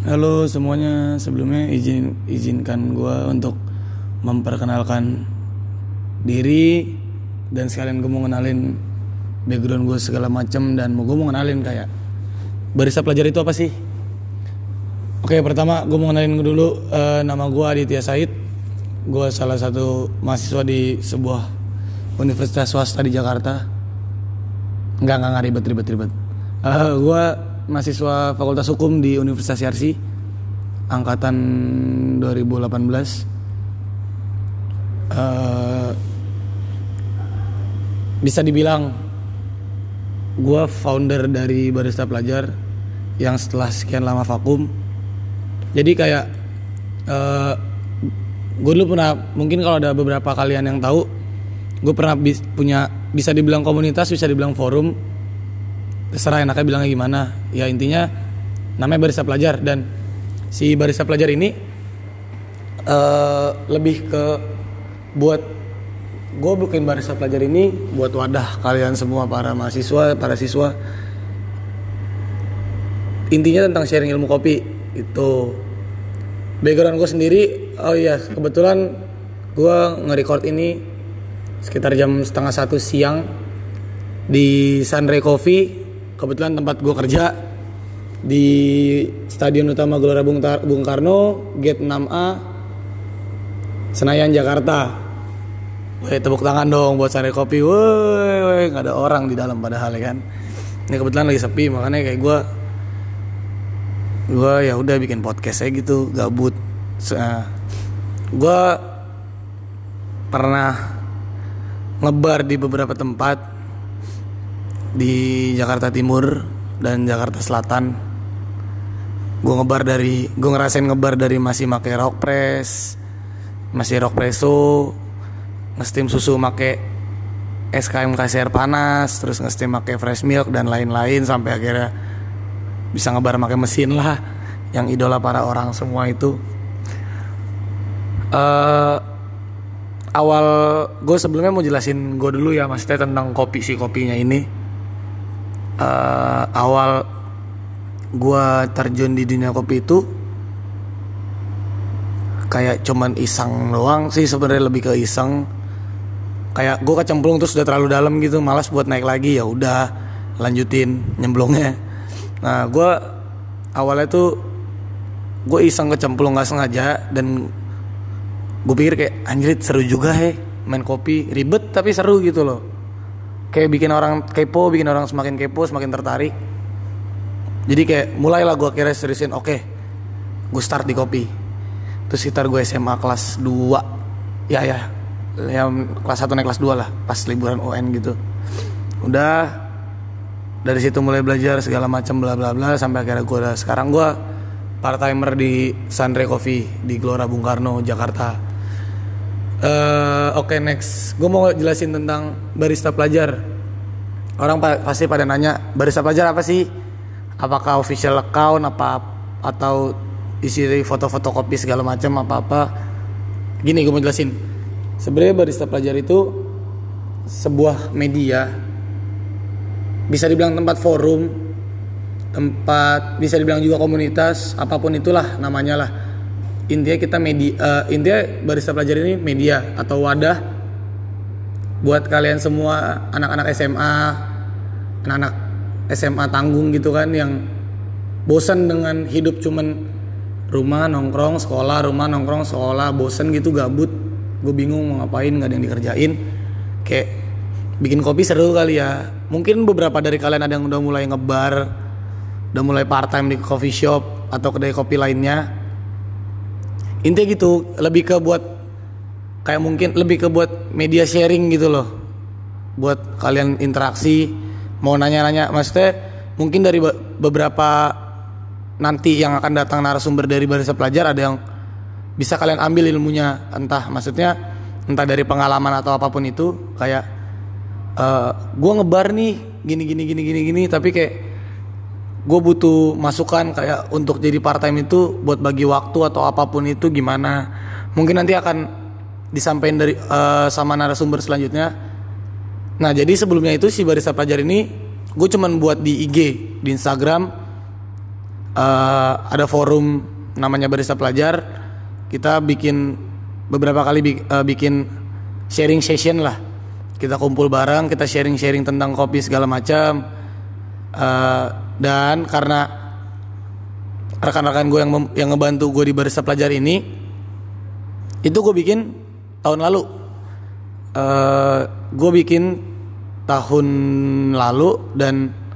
Halo semuanya, sebelumnya izinkan gue untuk memperkenalkan diri dan sekalian gue mau ngenalin background gue segala macem dan gue mau ngenalin kayak Barista Pelajar itu apa sih? Oke, pertama gue mau ngenalin dulu nama gue Aditya Said. Gue salah satu mahasiswa di sebuah universitas swasta di Jakarta. Enggak ribet. Gue mahasiswa Fakultas Hukum di Universitas Yarsi angkatan 2018. Bisa dibilang gue founder dari Barista Pelajar yang setelah sekian lama vakum. Jadi kayak gue dulu pernah, mungkin kalau ada beberapa kalian yang tahu, gue pernah punya, bisa dibilang komunitas, bisa dibilang forum, terserah enaknya bilangnya gimana. Ya intinya namanya Barista Pelajar, dan si Barista Pelajar ini lebih ke buat gue bikin Barista Pelajar ini buat wadah kalian semua, para mahasiswa, para siswa. Intinya tentang sharing ilmu kopi. Itu background gue sendiri. Oh iya, kebetulan gue nge-record ini sekitar jam 12:30 siang di Sunray Coffee. Kebetulan tempat gue kerja di Stadion Utama Gelora Bung Karno, Gate 6A, Senayan, Jakarta. Woi, tepuk tangan dong buat Sunray Coffee. Woi, nggak ada orang di dalam padahal ya kan. Ini kebetulan lagi sepi, makanya kayak gue ya udah bikin podcast aja gitu, gabut. Gue pernah ngebar di beberapa tempat di Jakarta Timur dan Jakarta Selatan. Gue ngerasain ngebar dari masih make rock press, masih rock presso, ngestim susu make SKM kasih air panas, terus ngestim make fresh milk dan lain-lain, sampai akhirnya bisa ngebar make mesin lah, yang idola para orang semua itu. Awal gue sebelumnya mau jelasin gue dulu ya, maksudnya tentang kopinya ini. Awal gue terjun di dunia kopi itu kayak cuman iseng doang sih sebenarnya, lebih ke iseng. Kayak gue kecemplung terus udah terlalu dalam gitu, malas buat naik lagi, ya udah lanjutin nyemplungnya. Nah, gue awalnya tuh gue iseng kecemplung nggak sengaja, dan gue pikir kayak anjir seru juga main kopi, ribet tapi seru gitu loh. Kayak bikin orang kepo, bikin orang semakin kepo, semakin tertarik. Jadi kayak mulailah gue akhirnya seriusin, oke, gue start di kopi. Terus sekitar gue SMA kelas 2, ya kelas 1 naik kelas 2 lah, pas liburan UN gitu. Udah dari situ mulai belajar segala macam bla bla bla, sampai akhirnya sekarang gue part timer di Sunray Coffee di Gelora Bung Karno, Jakarta. Oke, next gue mau jelasin tentang Barista Pelajar. Orang pasti pada nanya, Barista Pelajar apa sih? Apakah official account atau isi foto-foto kopi segala macam apa? Gini, gue mau jelasin. Sebenarnya Barista Pelajar itu sebuah media, bisa dibilang tempat forum, bisa dibilang juga komunitas, apapun itulah namanya lah. Intinya kita intinya Barista Pelajar ini media atau wadah buat kalian semua, anak-anak SMA tanggung gitu kan, yang bosan dengan hidup cuman rumah nongkrong sekolah, bosan gitu, gabut. Gue bingung mau ngapain, gak ada yang dikerjain. Kayak bikin kopi seru kali ya. Mungkin beberapa dari kalian ada yang udah mulai ngebar, udah mulai part time di coffee shop atau kedai kopi lainnya. Intinya gitu, lebih ke buat media sharing gitu loh. Buat kalian interaksi, mau nanya-nanya, maksudnya mungkin dari beberapa nanti yang akan datang narasumber dari Barista Pelajar, ada yang bisa kalian ambil ilmunya, entah dari pengalaman atau apapun itu. Kayak gue ngebar nih gini, tapi kayak gue butuh masukan kayak untuk jadi part time itu buat bagi waktu atau apapun itu gimana. Mungkin nanti akan disampaikan dari sama narasumber selanjutnya. Nah, jadi sebelumnya itu si Barista Pelajar ini gue cuman buat di IG, di Instagram, ada forum namanya Barista Pelajar. Kita bikin beberapa kali bikin sharing session lah. Kita kumpul bareng, kita sharing tentang kopi segala macam. Dan karena rekan-rekan gue yang ngebantu gue di Barista Pelajar ini, itu gue bikin tahun lalu. Gue bikin tahun lalu dan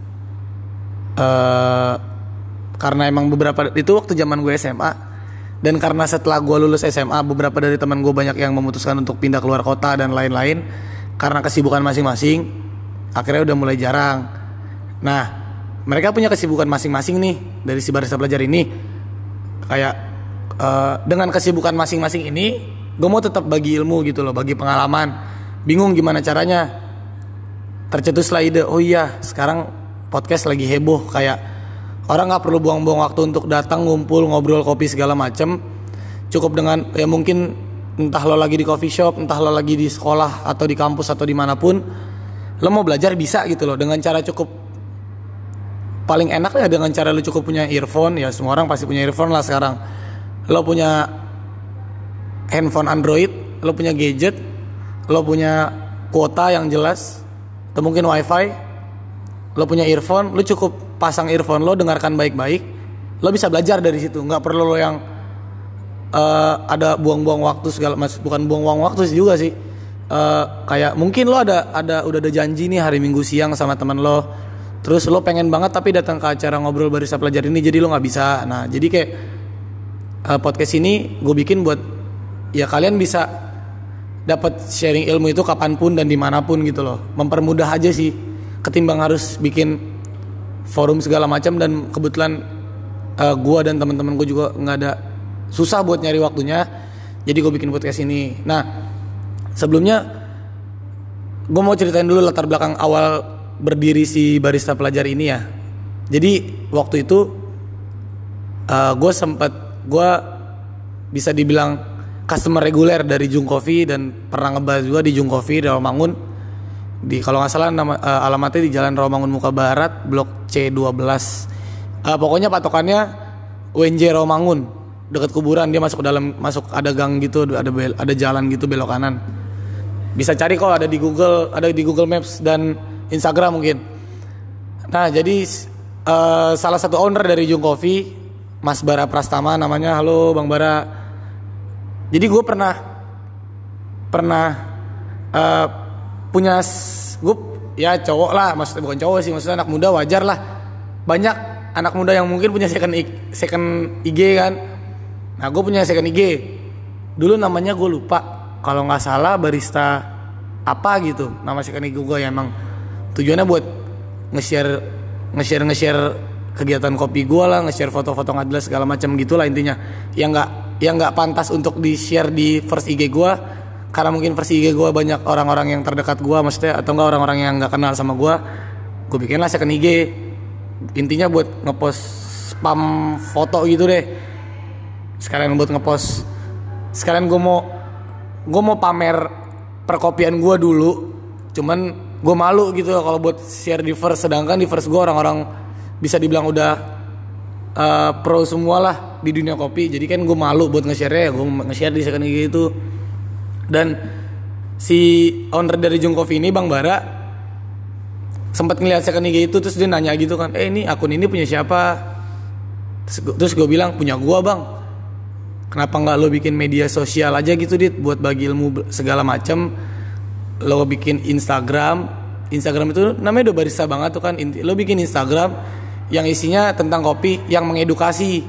karena emang beberapa itu waktu zaman gue SMA, dan karena setelah gue lulus SMA beberapa dari teman gue banyak yang memutuskan untuk pindah keluar kota dan lain-lain karena kesibukan masing-masing, akhirnya udah mulai jarang. Nah, mereka punya kesibukan masing-masing nih dari si Barista Pelajar ini. Kayak dengan kesibukan masing-masing ini, gue mau tetap bagi ilmu gitu loh, bagi pengalaman. Bingung gimana caranya, tercetuslah ide, oh iya sekarang podcast lagi heboh, kayak orang nggak perlu buang-buang waktu untuk datang ngumpul ngobrol kopi segala macem. Cukup dengan ya mungkin entah lo lagi di coffee shop, entah lo lagi di sekolah atau di kampus atau dimanapun, lo mau belajar bisa gitu loh, dengan cara cukup paling enak ya dengan cara lo cukup punya earphone. Ya semua orang pasti punya earphone lah sekarang. Lo punya handphone Android, lo punya gadget, lo punya kuota yang jelas, atau mungkin wifi, lo punya earphone, lo cukup pasang earphone lo, dengarkan baik-baik, lo bisa belajar dari situ. Nggak perlu lo yang ada buang-buang waktu segala, bukan buang-buang waktu juga sih. Kayak mungkin lo udah ada janji nih hari Minggu siang sama teman lo, terus lo pengen banget tapi datang ke acara ngobrol Barista Pelajar ini, jadi lo nggak bisa. Nah jadi kayak podcast ini gue bikin buat ya kalian bisa dapat sharing ilmu itu kapanpun dan dimanapun gitu loh. Mempermudah aja sih ketimbang harus bikin forum segala macam. Dan kebetulan gue dan teman-teman gue juga nggak ada, susah buat nyari waktunya, jadi gue bikin podcast ini. Nah sebelumnya gue mau ceritain dulu latar belakang awal berdiri si Barista Pelajar ini ya. Jadi waktu itu gue bisa dibilang customer reguler dari Jung Coffee, dan pernah ngebahas juga di Jung Coffee di Rawamangun. Di kalau nggak salah alamatnya di Jalan Rawamangun Muka Barat, Blok C12. Pokoknya patokannya UNJ Rawamangun, dekat kuburan. Dia masuk ada gang gitu, ada jalan gitu belok kanan. Bisa cari kok, ada di Google Maps dan Instagram mungkin. Nah jadi salah satu owner dari Jung Coffee, Mas Bara Prastama namanya. Halo Bang Bara. Jadi gue pernah punya gue ya cowok lah, maksudnya bukan cowok sih, maksudnya anak muda, wajar lah. Banyak anak muda yang mungkin punya second IG kan. Nah gue punya second IG. Dulu namanya gue lupa, kalau nggak salah Barista apa gitu nama second IG gue. Ya emang tujuannya buat nge-share kegiatan kopi gue lah, nge-share foto-foto nggak jelas segala macam gitulah intinya. Yang nggak pantas untuk di-share di first IG gue, karena mungkin first IG gue banyak orang-orang yang terdekat gue, maksudnya, atau enggak orang-orang yang nggak kenal sama gue. Gue bikinlah second IG, intinya buat ngepost spam foto gitu deh. Sekalian buat ngepost, sekalian gue mau pamer perkopian gue dulu. Cuman gue malu gitu kalau buat share di first, sedangkan di first gue orang-orang bisa dibilang udah pro semua lah di dunia kopi. Jadi kan gue malu buat nge-share ya, gue nge-share di second IG itu. Dan si owner dari Jung Coffee ini, Bang Bara, sempat ngeliat second IG itu, terus dia nanya gitu kan, ini akun ini punya siapa? Terus gue bilang, punya gue Bang. Kenapa nggak lo bikin media sosial aja gitu Dit, buat bagi ilmu segala macam. Lo bikin Instagram itu namanya udah barista banget tuh kan. Lo bikin Instagram yang isinya tentang kopi, yang mengedukasi.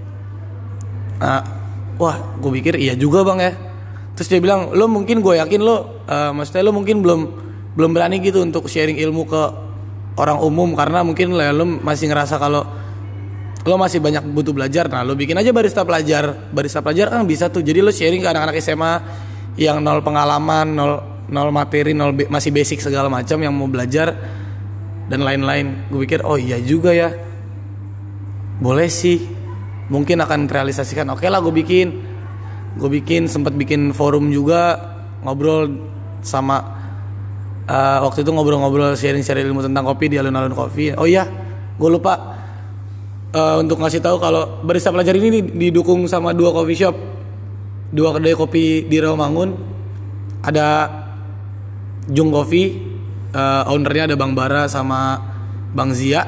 Nah, wah gue pikir iya juga Bang ya. Terus dia bilang, lo mungkin, gue yakin lo maksudnya lo mungkin belum berani gitu untuk sharing ilmu ke orang umum, karena mungkin lo masih ngerasa kalau lo masih banyak butuh belajar. Nah lo bikin aja Barista Pelajar kan bisa tuh. Jadi lo sharing ke anak-anak SMA yang nol pengalaman, nol materi, masih basic segala macam, yang mau belajar dan lain-lain. Gue pikir oh iya juga ya, boleh sih, mungkin akan realisasikan. Oke lah gue bikin sempat bikin forum juga, ngobrol sama waktu itu ngobrol-ngobrol sharing ilmu tentang kopi di alun-alun kopi. Oh iya gue lupa, untuk ngasih tahu kalau Barista Pelajar ini didukung sama 2 coffee shop, 2 kedai kopi di Rawamangun. Ada Jung Coffee, ownernya ada Bang Bara sama Bang Zia.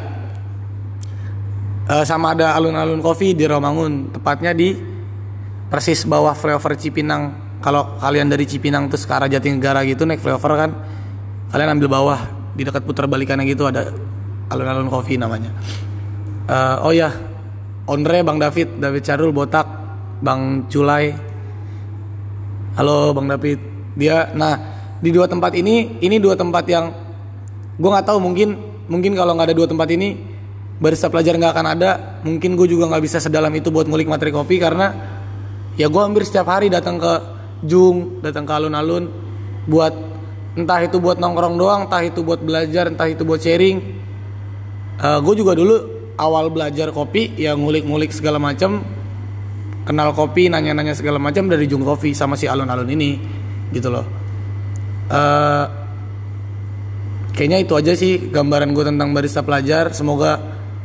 Sama ada Alun-Alun Coffee di Rawamangun, tepatnya di persis bawah flyover Cipinang. Kalau kalian dari Cipinang terus ke arah Jatinegara gitu naik flyover kan, kalian ambil bawah di dekat putar balikannya gitu ada Alun-Alun Coffee namanya. Oh ya, ownernya Bang David Carul botak, Bang Culai. Halo Bang David. Dia, nah di 2 tempat ini 2 tempat yang gue nggak tahu, mungkin kalau nggak ada 2 tempat ini Barista Pelajar nggak akan ada. Mungkin gue juga nggak bisa sedalam itu buat ngulik materi kopi, karena ya gue hampir setiap hari datang ke Jung, datang ke Alun-Alun buat entah itu buat nongkrong doang, entah itu buat belajar, entah itu buat sharing. Gue juga dulu awal belajar kopi ya ngulik-ngulik segala macam, kenal kopi, nanya-nanya segala macam dari Jung Coffee sama si Alun-Alun ini gitu loh. Kayaknya itu aja sih gambaran gue tentang Barista Pelajar. Semoga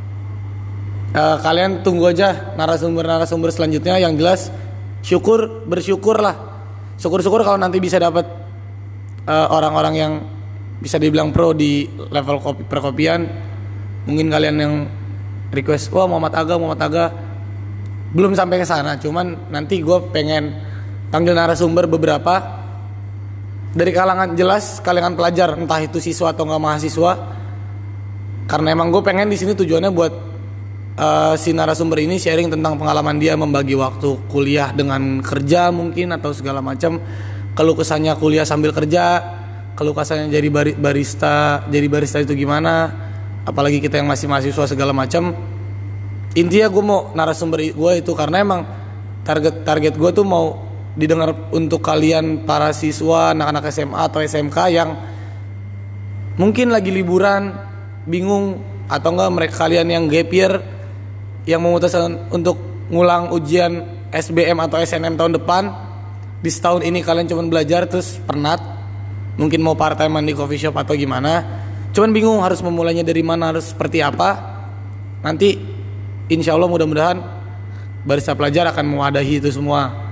kalian tunggu aja narasumber selanjutnya. Yang jelas bersyukur lah. Syukur kalau nanti bisa dapat orang-orang yang bisa dibilang pro di level kopi perkopian. Mungkin kalian yang request, wah Muhammad Aga, belum sampai ke sana. Cuman nanti gue pengen panggil narasumber beberapa dari kalangan pelajar, entah itu siswa atau nggak mahasiswa. Karena emang gue pengen di sini tujuannya buat si narasumber ini sharing tentang pengalaman dia membagi waktu kuliah dengan kerja mungkin atau segala macam, keluh kesahnya kuliah sambil kerja, keluh kesahnya jadi barista itu gimana, apalagi kita yang masih mahasiswa segala macam. Intinya gue mau narasumber gue itu karena emang target gue tuh mau didengar untuk kalian para siswa, anak-anak SMA atau SMK yang mungkin lagi liburan, bingung, atau enggak mereka kalian yang gap year, yang memutuskan untuk ngulang ujian SBM atau SNM tahun depan. Di setahun ini kalian cuma belajar terus penat, mungkin mau part time di coffee shop atau gimana, cuman bingung harus memulainya dari mana, harus seperti apa. Nanti insya Allah mudah-mudahan Barista Pelajar akan mewadahi itu semua.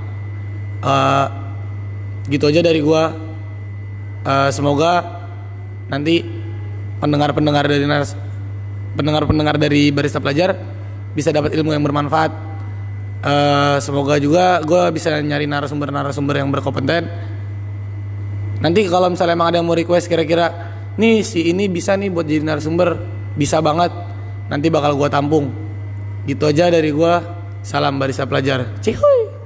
Gitu aja dari gua. Semoga nanti pendengar-pendengar dari Barista Pelajar bisa dapat ilmu yang bermanfaat. Semoga juga gue bisa nyari narasumber yang berkompeten. Nanti kalau misalnya emang ada yang mau request kira-kira nih si ini bisa nih buat jadi narasumber, bisa banget, nanti bakal gue tampung. Gitu aja dari gue. Salam Barista Pelajar. Cihuy.